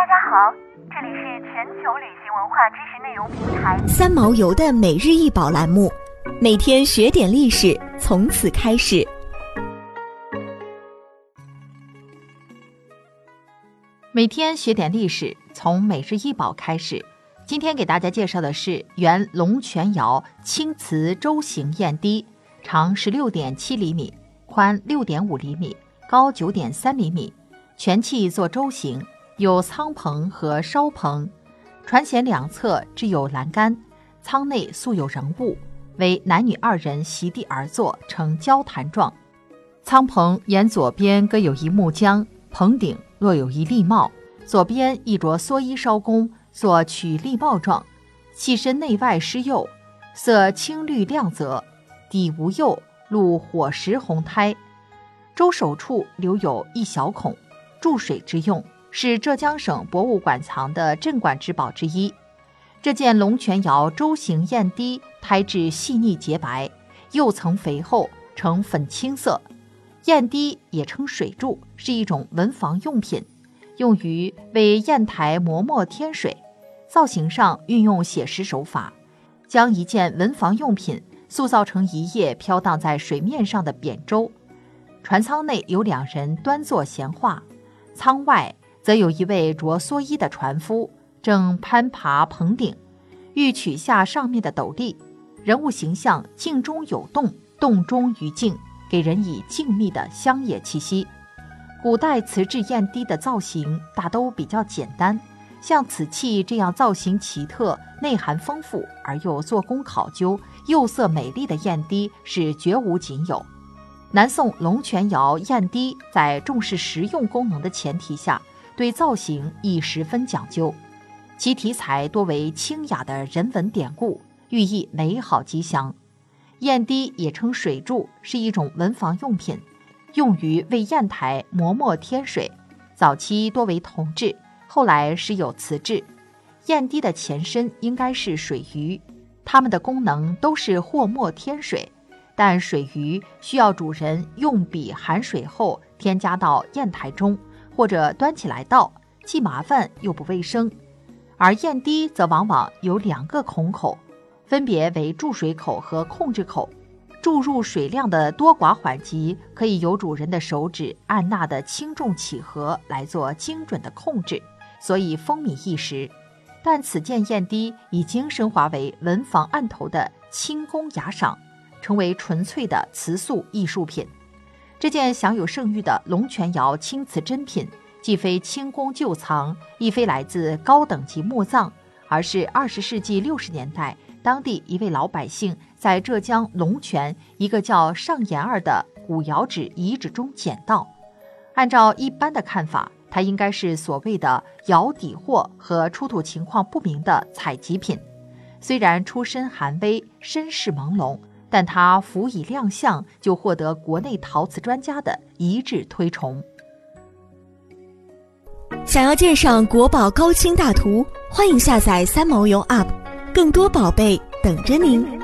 家好，这里是全球旅行文化知识内容平台三毛游的每日一宝栏目，每天学点历史，从此开始。 每天学点历史，从每日一宝开始。今天给大家介绍的是原龙泉窑青瓷舟形砚滴，长 16.7 厘米，宽 6.5 厘米，高 9.3 厘米，全器做舟形，有舱棚和烧棚，船舷两侧置有栏杆，舱内素有人物，为男女二人席地而坐，呈交谈状。舱棚沿左边各有一木浆，棚顶若有一笠帽，左边一着蓑衣烧工，做取笠帽状，器身内外施釉，色青绿亮泽，底无釉，露火石红胎。舟首处留有一小孔，注水之用，是浙江省博物馆藏的镇馆之宝之一。这件龙泉窑舟形砚滴胎质细腻洁白，釉层肥厚，呈粉青色。砚滴也称水柱，是一种文房用品，用于为砚台磨墨添水。造型上运用写实手法，将一件文房用品塑造成一叶飘荡在水面上的扁舟。船舱内有两人端坐闲话，舱外则有一位着蓑衣的船夫正攀爬棚顶，欲取下上面的斗笠。人物形象静中有动，动中于静，给人以静谧的乡野气息。古代瓷制砚滴的造型大都比较简单，像此器这样造型奇特、内涵丰富而又做工考究、釉色美丽的砚滴是绝无仅有。南宋龙泉窑砚滴在重视实用功能的前提下，对造型亦十分讲究，其题材多为清雅的人文典故，寓意美好吉祥。砚滴也称水柱，是一种文房用品，用于为砚台磨墨添水，早期多为铜制，后来时有瓷制。砚滴的前身应该是水鱼，它们的功能都是和墨添水，但水鱼需要主人用笔含水后添加到砚台中，或者端起来倒，既麻烦又不卫生。而砚滴则往往有两个孔口，分别为注水口和控制口。注入水量的多寡缓急可以由主人的手指按捺的轻重起合来做精准的控制，所以风靡一时。但此件砚滴已经升华为文房案头的清宫雅赏，成为纯粹的瓷塑艺术品。这件享有盛誉的龙泉窑青瓷珍品，既非清宫旧藏，亦非来自高等级墓葬，而是20世纪60年代当地一位老百姓在浙江龙泉一个叫上岩儿的古窑址遗址中捡到。按照一般的看法，它应该是所谓的窑底货和出土情况不明的采集品。虽然出身寒微，身世朦胧，但它甫已亮相，就获得国内陶瓷专家的一致推崇。 想要鉴赏国宝高清大图，欢迎下载三毛游 App， 更多宝贝等着您。